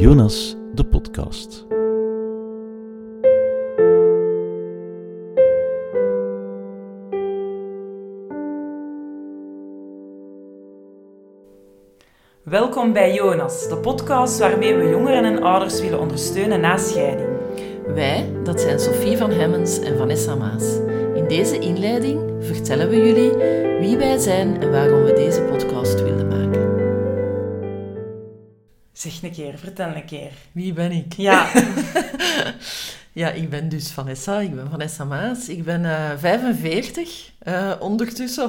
Jonas, de podcast. Welkom bij Jonas, de podcast waarmee we jongeren en ouders willen ondersteunen na scheiding. Wij, dat zijn Sophie van Hemmens en Vanessa Maas. In deze inleiding vertellen we jullie wie wij zijn en waarom we deze podcast wilden maken. Zeg een keer, vertel een keer. Wie ben ik? Ja. Ja, ik ben dus Vanessa. Ik ben Vanessa Maas. Ik ben 45. Ondertussen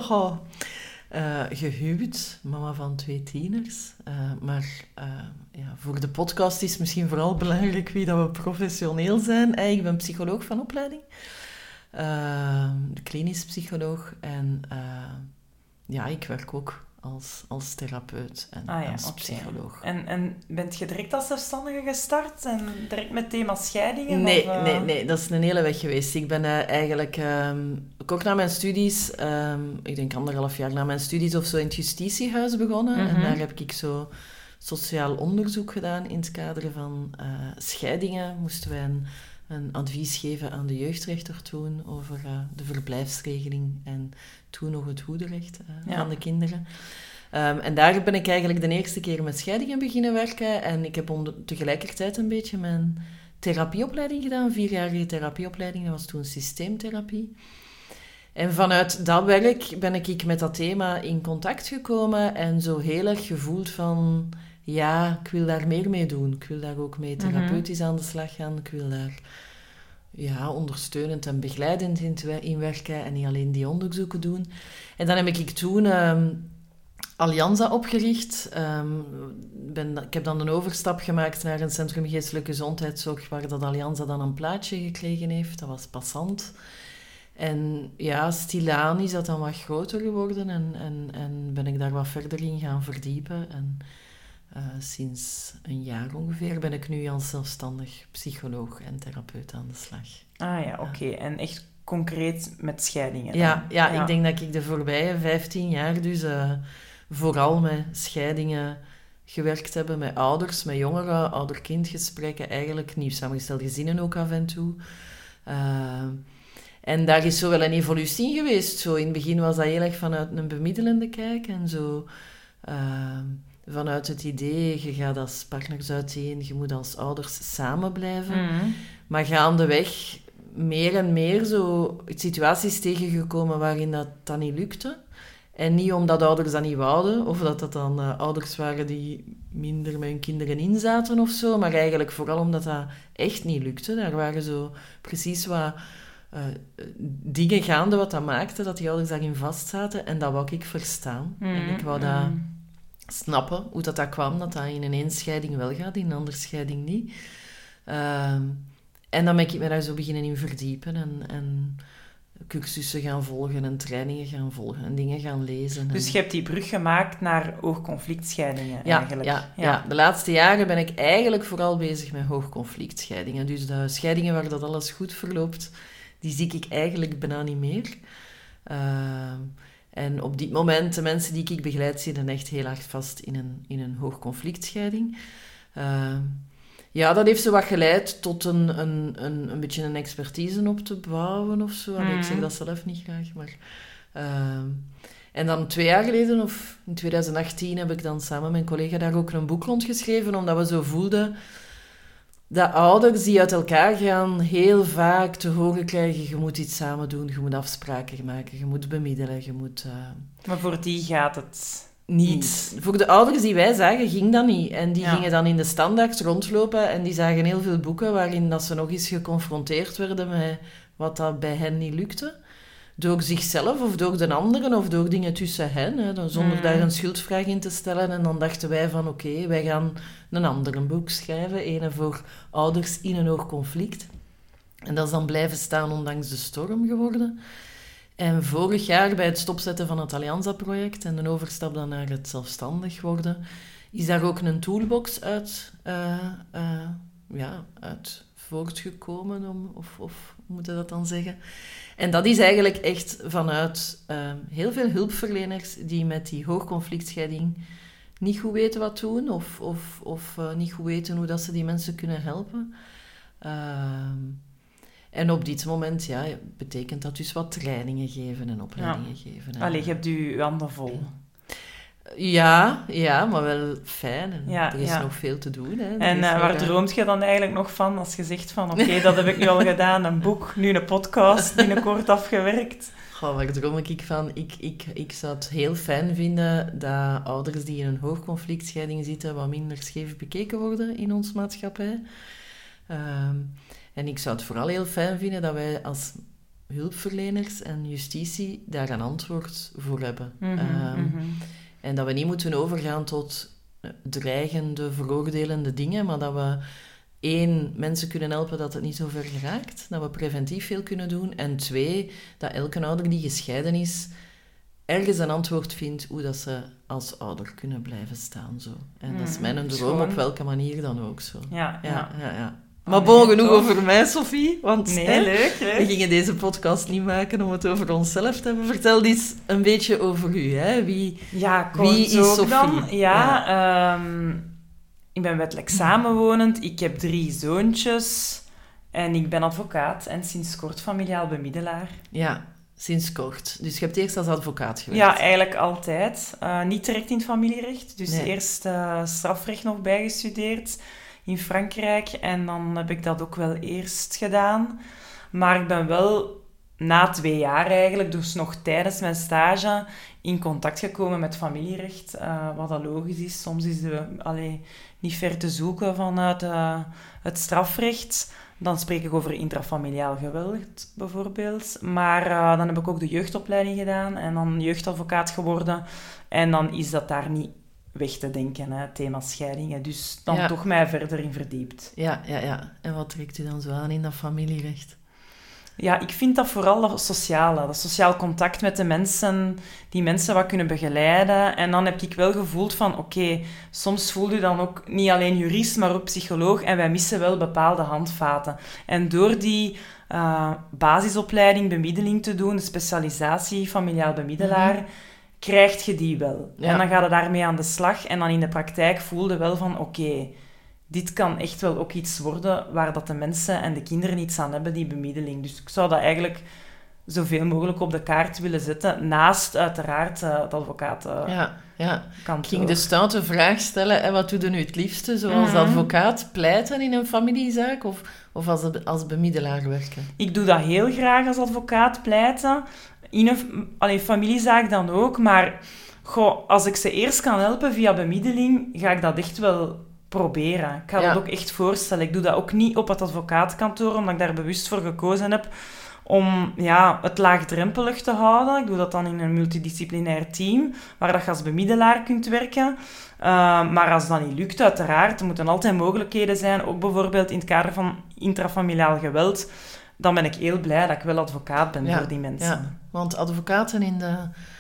gehuwd. Mama van 2 tieners. Voor de podcast is misschien vooral belangrijk wie dat we professioneel zijn. Ik ben psycholoog van opleiding. Klinisch psycholoog. En ik werk ook als therapeut en als psycholoog. En bent je direct als zelfstandige gestart en direct met thema scheidingen? Nee, dat is een hele weg geweest. Ik ben eigenlijk kort na mijn studies, ik denk 1,5 jaar na mijn studies of zo, in het justitiehuis begonnen. Mm-hmm. En daar heb ik zo sociaal onderzoek gedaan in het kader van scheidingen. Moesten wij een advies geven aan de jeugdrechter toen over de verblijfsregeling en toen nog het hoederecht van de kinderen. En daar ben ik eigenlijk de eerste keer met scheidingen beginnen werken. En ik heb tegelijkertijd een beetje mijn therapieopleiding gedaan, 4-jarige therapieopleiding. Dat was toen systeemtherapie. En vanuit dat werk ben ik met dat thema in contact gekomen en zo heel erg gevoeld van... Ja, ik wil daar meer mee doen. Ik wil daar ook mee therapeutisch aan de slag gaan. Ik wil daar ondersteunend en begeleidend in werken en niet alleen die onderzoeken doen. En dan heb ik toen Alianza opgericht. Ik heb dan een overstap gemaakt naar een centrum geestelijke gezondheidszorg waar dat Alianza dan een plaatsje gekregen heeft. Dat was Passant. En ja, stilaan is dat dan wat groter geworden en ben ik daar wat verder in gaan verdiepen. En sinds een jaar ongeveer ben ik nu als zelfstandig psycholoog en therapeut aan de slag. Oké. En echt concreet met scheidingen? Ja, ik denk dat ik de voorbije 15 jaar dus vooral met scheidingen gewerkt heb, met ouders, met jongeren, ouder-kindgesprekken, eigenlijk nieuw samengestelde gezinnen ook af en toe. En daar is zo wel een evolutie in geweest. Zo in het begin was dat heel erg vanuit een bemiddelende kijk en zo... Vanuit het idee, je gaat als partners uiteen, je moet als ouders samen blijven. Mm-hmm. Maar gaandeweg meer en meer zo situaties tegengekomen waarin dat niet lukte. En niet omdat ouders dat niet wouden, of dat dan ouders waren die minder met hun kinderen inzaten of zo, maar eigenlijk vooral omdat dat echt niet lukte. Daar waren zo precies wat dingen gaande wat dat maakte, dat die ouders daarin vastzaten. En dat wou ik verstaan. Mm-hmm. En ik wou dat... snappen hoe dat kwam, dat in een eenscheiding wel gaat, in een andere scheiding niet. En dan ben ik me daar zo beginnen in verdiepen en cursussen gaan volgen en trainingen gaan volgen en dingen gaan lezen. Dus je hebt die brug gemaakt naar hoogconflictscheidingen eigenlijk? Ja, de laatste jaren ben ik eigenlijk vooral bezig met hoogconflictscheidingen. Dus de scheidingen waar dat alles goed verloopt, die zie ik eigenlijk bijna niet meer. En op dit moment, de mensen die ik begeleid, zitten echt heel hard vast in een hoogconflictscheiding. Dat heeft zo wat geleid tot een beetje een expertise op te bouwen of zo. Ik zeg dat zelf niet graag, maar... En dan 2 jaar geleden, of in 2018, heb ik dan samen met mijn collega daar ook een boek rond geschreven, omdat we zo voelden dat ouders die uit elkaar gaan heel vaak te horen krijgen, je moet iets samen doen, je moet afspraken maken, je moet bemiddelen, je moet... Maar voor die gaat het niet. Voor de ouders die wij zagen, ging dat niet. En die gingen dan in de standaard rondlopen en die zagen heel veel boeken waarin dat ze nog eens geconfronteerd werden met wat dat bij hen niet lukte. Door zichzelf of door de anderen of door dingen tussen hen, zonder daar een schuldvraag in te stellen. En dan dachten wij van oké, wij gaan een ander boek schrijven, een voor ouders in een hoog conflict. En dat is dan blijven staan ondanks de storm geworden. En vorig jaar bij het stopzetten van het Alianza-project en de overstap dan naar het zelfstandig worden, is daar ook een toolbox uit voortgekomen, of hoe moet je dat dan zeggen? En dat is eigenlijk echt vanuit heel veel hulpverleners die met die hoogconflictscheiding niet goed weten wat doen of niet goed weten hoe dat ze die mensen kunnen helpen. En op dit moment betekent dat dus wat trainingen geven en opleidingen geven. Allee, je hebt je handen vol. Ja, maar wel fijn. En er is nog veel te doen. Hè. En waar droomt je dan eigenlijk nog van als je zegt van oké, dat heb ik nu al gedaan, een boek, nu een podcast, binnenkort afgewerkt? Goh, waar droom ik van? Ik zou het heel fijn vinden dat ouders die in een hoogconflictscheiding zitten wat minder scheef bekeken worden in onze maatschappij. En ik zou het vooral heel fijn vinden dat wij als hulpverleners en justitie daar een antwoord voor hebben. En dat we niet moeten overgaan tot dreigende, veroordelende dingen, maar dat we 1, mensen kunnen helpen dat het niet zo ver geraakt, dat we preventief veel kunnen doen. En 2, dat elke ouder die gescheiden is, ergens een antwoord vindt hoe dat ze als ouder kunnen blijven staan. Zo. En dat is mijn droom, op welke manier dan ook. Zo. Ja. Maar genoeg over mij, Sophie. Want leuk. We gingen deze podcast niet maken om het over onszelf te hebben. Vertel eens een beetje over u. Hè? Wie is Sophie? Dan? Ik ben wettelijk samenwonend. Ik heb 3 zoontjes. En ik ben advocaat en sinds kort familiaal bemiddelaar. Ja, sinds kort. Dus je hebt eerst als advocaat gewerkt? Ja, eigenlijk altijd. Niet direct in het familierecht. Dus eerst strafrecht nog bijgestudeerd in Frankrijk. En dan heb ik dat ook wel eerst gedaan. Maar ik ben wel na 2 jaar eigenlijk, dus nog tijdens mijn stage, in contact gekomen met familierecht. Wat dat logisch is. Soms is het niet ver te zoeken vanuit het strafrecht. Dan spreek ik over intrafamiliaal geweld, bijvoorbeeld. Maar dan heb ik ook de jeugdopleiding gedaan en dan jeugdadvocaat geworden. En dan is dat daar niet weg te denken, het thema scheidingen. Dus dan toch mij verder in verdiept. Ja. En wat trekt u dan zo aan in dat familierecht? Ja, ik vind dat vooral dat sociaal contact met de mensen, die mensen wat kunnen begeleiden. En dan heb ik wel gevoeld van, oké, soms voel je dan ook niet alleen jurist, maar ook psycholoog. En wij missen wel bepaalde handvaten. En door die basisopleiding bemiddeling te doen, de specialisatie familiaal bemiddelaar, krijg je die wel. Ja. En dan ga je daarmee aan de slag. En dan in de praktijk voel je wel van, oké, dit kan echt wel ook iets worden waar dat de mensen en de kinderen iets aan hebben, die bemiddeling. Dus ik zou dat eigenlijk zoveel mogelijk op de kaart willen zetten, naast uiteraard het advocatenkant. Ik ging de stoute vraag stellen, en wat doe je nu het liefste? Zoals advocaat pleiten in een familiezaak of als bemiddelaar werken? Ik doe dat heel graag als advocaat pleiten. In een familiezaak dan ook, maar als ik ze eerst kan helpen via bemiddeling, ga ik dat echt wel proberen. Ik ga dat ook echt voorstellen. Ik doe dat ook niet op het advocaatkantoor, omdat ik daar bewust voor gekozen heb om het laagdrempelig te houden. Ik doe dat dan in een multidisciplinair team, waar dat je als bemiddelaar kunt werken. Maar als dat niet lukt, uiteraard, er moeten altijd mogelijkheden zijn, ook bijvoorbeeld in het kader van intrafamiliaal geweld. Dan ben ik heel blij dat ik wel advocaat ben voor die mensen. Ja, want advocaten in de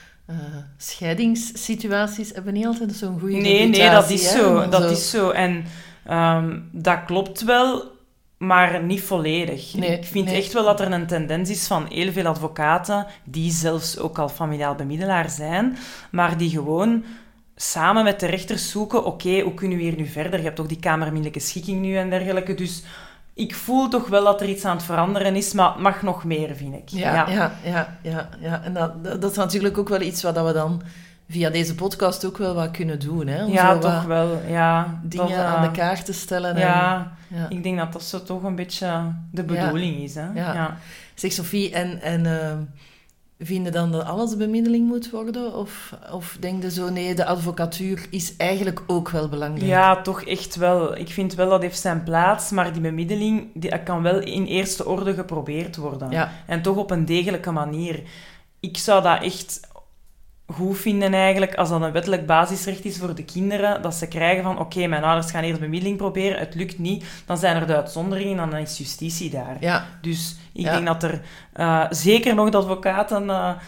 scheidingssituaties hebben niet altijd zo'n goede reputatie. Nee, dat is zo. Dat is zo. En dat klopt wel, maar niet volledig. Ik vind echt wel dat er een tendens is van heel veel advocaten, die zelfs ook al familiaal bemiddelaar zijn, maar die gewoon samen met de rechters zoeken, oké, hoe kunnen we hier nu verder? Je hebt toch die kamermiddelijke schikking nu en dergelijke, dus ik voel toch wel dat er iets aan het veranderen is, maar het mag nog meer, vind ik. Ja. En dat is natuurlijk ook wel iets wat we dan via deze podcast ook wel wat kunnen doen. Hè? Om zo toch wel. Dingen aan de kaart te stellen. Ik denk dat dat zo toch een beetje de bedoeling is. Hè? Ja. Zeg Sophie, en vind je dan dat alles bemiddeling moet worden? Of denk je zo, nee, de advocatuur is eigenlijk ook wel belangrijk? Ja, toch echt wel. Ik vind wel dat heeft zijn plaats, maar die bemiddeling die kan wel in eerste orde geprobeerd worden. Ja. En toch op een degelijke manier. Ik zou dat echt goed vinden eigenlijk, als dat een wettelijk basisrecht is voor de kinderen, dat ze krijgen van, oké, mijn ouders gaan eerst bemiddeling proberen, het lukt niet, dan zijn er de uitzonderingen en dan is justitie daar. Ja. Dus ik denk dat er zeker nog de advocaten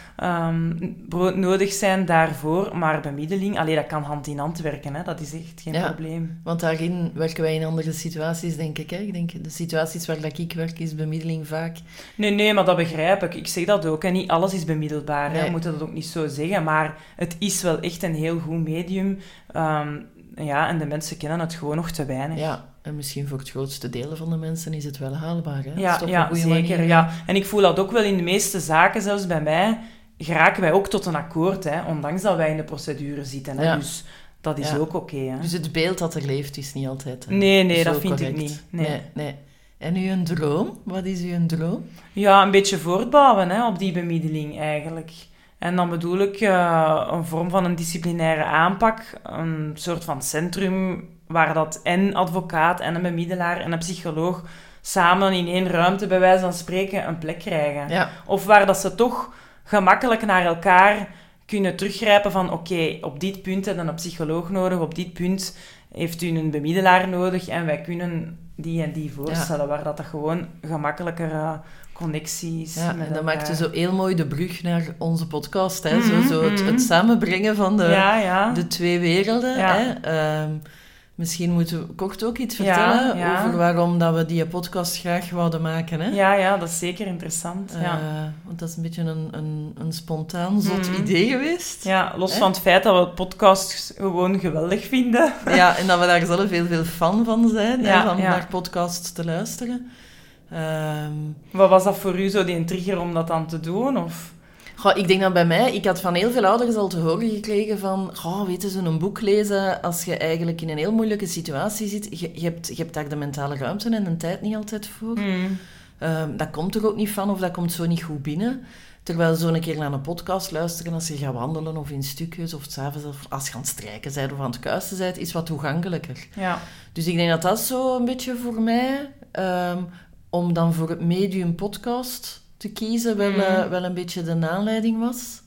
nodig zijn daarvoor, maar bemiddeling, dat kan hand in hand werken, hè. Dat is echt geen probleem. Want daarin werken wij in andere situaties, denk ik. Hè? Ik denk, de situaties waar ik werk, is bemiddeling vaak... Nee, maar dat begrijp ik. Ik zeg dat ook. En niet alles is bemiddelbaar. Nee. We moeten dat ook niet zo zeggen. maar het is wel echt een heel goed medium. En de mensen kennen het gewoon nog te weinig. Ja, en misschien voor het grootste deel van de mensen is het wel haalbaar. Hè? Ja, dat is toch een goede zeker. manier. Ja. En ik voel dat ook wel in de meeste zaken, zelfs bij mij, geraken wij ook tot een akkoord, hè, ondanks dat wij in de procedure zitten. Hè. Ja. Dus dat is ook oké. Hè. Dus het beeld dat er leeft is niet altijd Nee, zo dat vind correct. ik niet. Nee. En uw droom? Wat is uw droom? Ja, een beetje voortbouwen hè, op die bemiddeling eigenlijk. En dan bedoel ik een vorm van een disciplinaire aanpak, een soort van centrum waar dat en advocaat en een bemiddelaar en een psycholoog samen in één ruimte, bij wijze van spreken, een plek krijgen. Ja. Of waar dat ze toch gemakkelijk naar elkaar kunnen teruggrijpen van oké, op dit punt heb je een psycholoog nodig, op dit punt heeft u een bemiddelaar nodig en wij kunnen die en die voorstellen, waar dat gewoon gemakkelijker connecties Ja, met en dat elkaar. maakte zo heel mooi de brug naar onze podcast. Hè? Het samenbrengen van de twee werelden. Ja. Hè? Misschien moeten we kort ook iets vertellen over waarom dat we die podcast graag wouden maken. Hè? Ja, dat is zeker interessant. Want dat is een beetje een spontaan, zot idee geweest. Ja, los van het feit dat we het podcast gewoon geweldig vinden. Ja, en dat we daar zelf heel veel fan van zijn, naar podcasts te luisteren. Wat was dat voor u zo, die trigger om dat dan te doen? Of? Goh, ik denk dat bij mij... Ik had van heel veel ouders al te horen gekregen van... weten ze, een boek lezen als je eigenlijk in een heel moeilijke situatie zit. Je hebt daar de mentale ruimte en de tijd niet altijd voor. Dat komt er ook niet van of dat komt zo niet goed binnen. Terwijl zo een keer naar een podcast luisteren als je gaat wandelen of in stukjes of 's avonds of als je aan het strijken bent of aan het kuisen bent, is wat toegankelijker. Ja. Dus ik denk dat dat zo een beetje voor mij... om dan voor het medium podcast te kiezen wel een beetje de aanleiding was.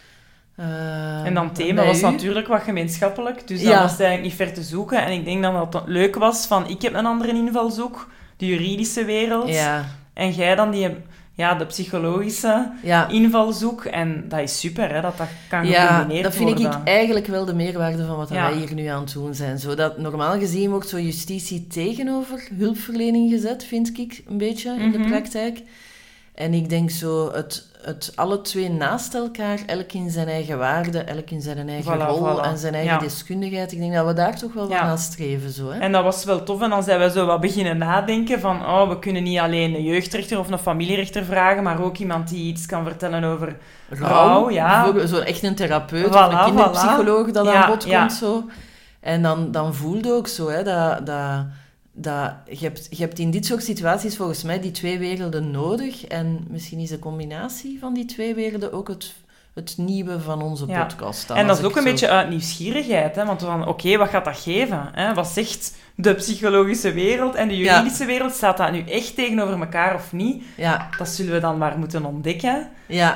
En dan het thema was natuurlijk wat gemeenschappelijk, dus dat was eigenlijk niet ver te zoeken. En ik denk dat het leuk was van, ik heb een andere invalshoek, de juridische wereld. Ja. En jij dan de psychologische invalshoek. En dat is super, hè, dat kan gecombineerd worden. Ja, dat vind ik eigenlijk wel de meerwaarde van wat wij hier nu aan het doen zijn. Zodat normaal gezien wordt zo justitie tegenover hulpverlening gezet, vind ik een beetje in de praktijk. En ik denk zo, het alle twee naast elkaar, elk in zijn eigen waarde, elk in zijn eigen rol en zijn eigen deskundigheid. Ik denk dat we daar toch wel van aan streven. Zo, hè? En dat was wel tof. En dan zijn we zo wat beginnen nadenken van, we kunnen niet alleen een jeugdrechter of een familierechter vragen, maar ook iemand die iets kan vertellen over rouw. Zo echt een therapeut of een kinderpsycholoog dat aan bod komt. Zo. En dan voel je ook zo, hè, je hebt in dit soort situaties volgens mij die twee werelden nodig. En misschien is de combinatie van die twee werelden ook het nieuwe van onze podcast. En dat is ook een beetje uit nieuwsgierigheid. Hè? Want van, wat gaat dat geven? Hè? Wat zegt de psychologische wereld en de juridische wereld? Staat dat nu echt tegenover elkaar of niet? Ja. Dat zullen we dan maar moeten ontdekken.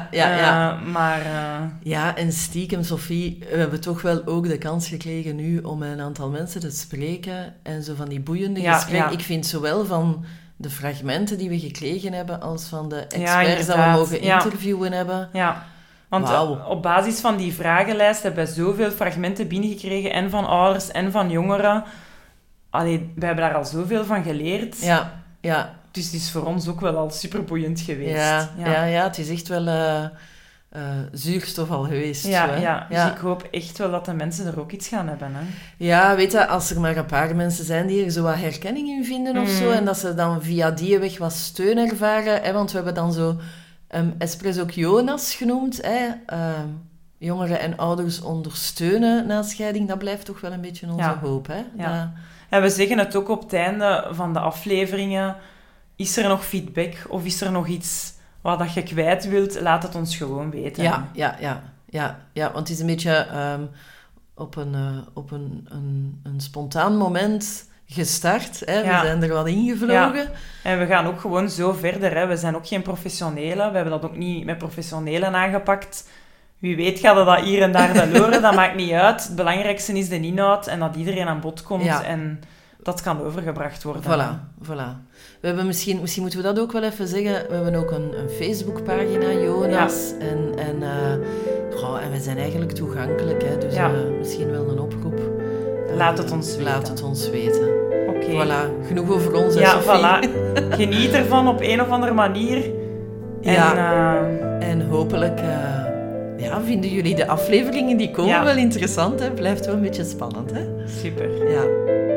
Ja, en stiekem, Sophie, we hebben toch wel ook de kans gekregen nu om met een aantal mensen te spreken. En zo van die boeiende gesprekken. Ik vind zowel van de fragmenten die we gekregen hebben, als van de experts dat we mogen interviewen hebben. Ja. Want op basis van die vragenlijst hebben wij zoveel fragmenten binnengekregen, en van ouders en van jongeren. Allee, wij hebben daar al zoveel van geleerd. Ja. Dus het is voor ons ook wel al superboeiend geweest. Ja, het is echt wel zuurstof al geweest. Dus ik hoop echt wel dat de mensen er ook iets gaan hebben. Hè? Ja, weet je, als er maar een paar mensen zijn die er zo wat herkenning in vinden of zo, en dat ze dan via die weg wat steun ervaren, hè, want we hebben dan zo Espresso Jonas genoemd, hè, jongeren en ouders ondersteunen na scheiding, dat blijft toch wel een beetje onze hoop. Hè? Ja. En we zeggen het ook op het einde van de afleveringen, is er nog feedback of is er nog iets wat dat je kwijt wilt, laat het ons gewoon weten. Ja, want het is een beetje op een spontaan moment gestart. Hè? We zijn er wat ingevlogen. Ja. En we gaan ook gewoon zo verder. Hè? We zijn ook geen professionelen. We hebben dat ook niet met professionelen aangepakt. Wie weet gaat dat hier en daar wel horen. Dat maakt niet uit. Het belangrijkste is de inhoud en dat iedereen aan bod komt en dat kan overgebracht worden. Voilà. We hebben misschien moeten we dat ook wel even zeggen. We hebben ook een Facebookpagina, Jonas. En we zijn eigenlijk toegankelijk. Hè? Dus misschien wel een oproep. Laat het ons weten. Oké. Voilà, genoeg over ons, ja, Sophie. Voilà. Geniet ervan op een of andere manier. En hopelijk ja, vinden jullie de afleveringen die komen Ja. wel interessant? Hè? Blijft wel een beetje spannend, hè? Super. Ja.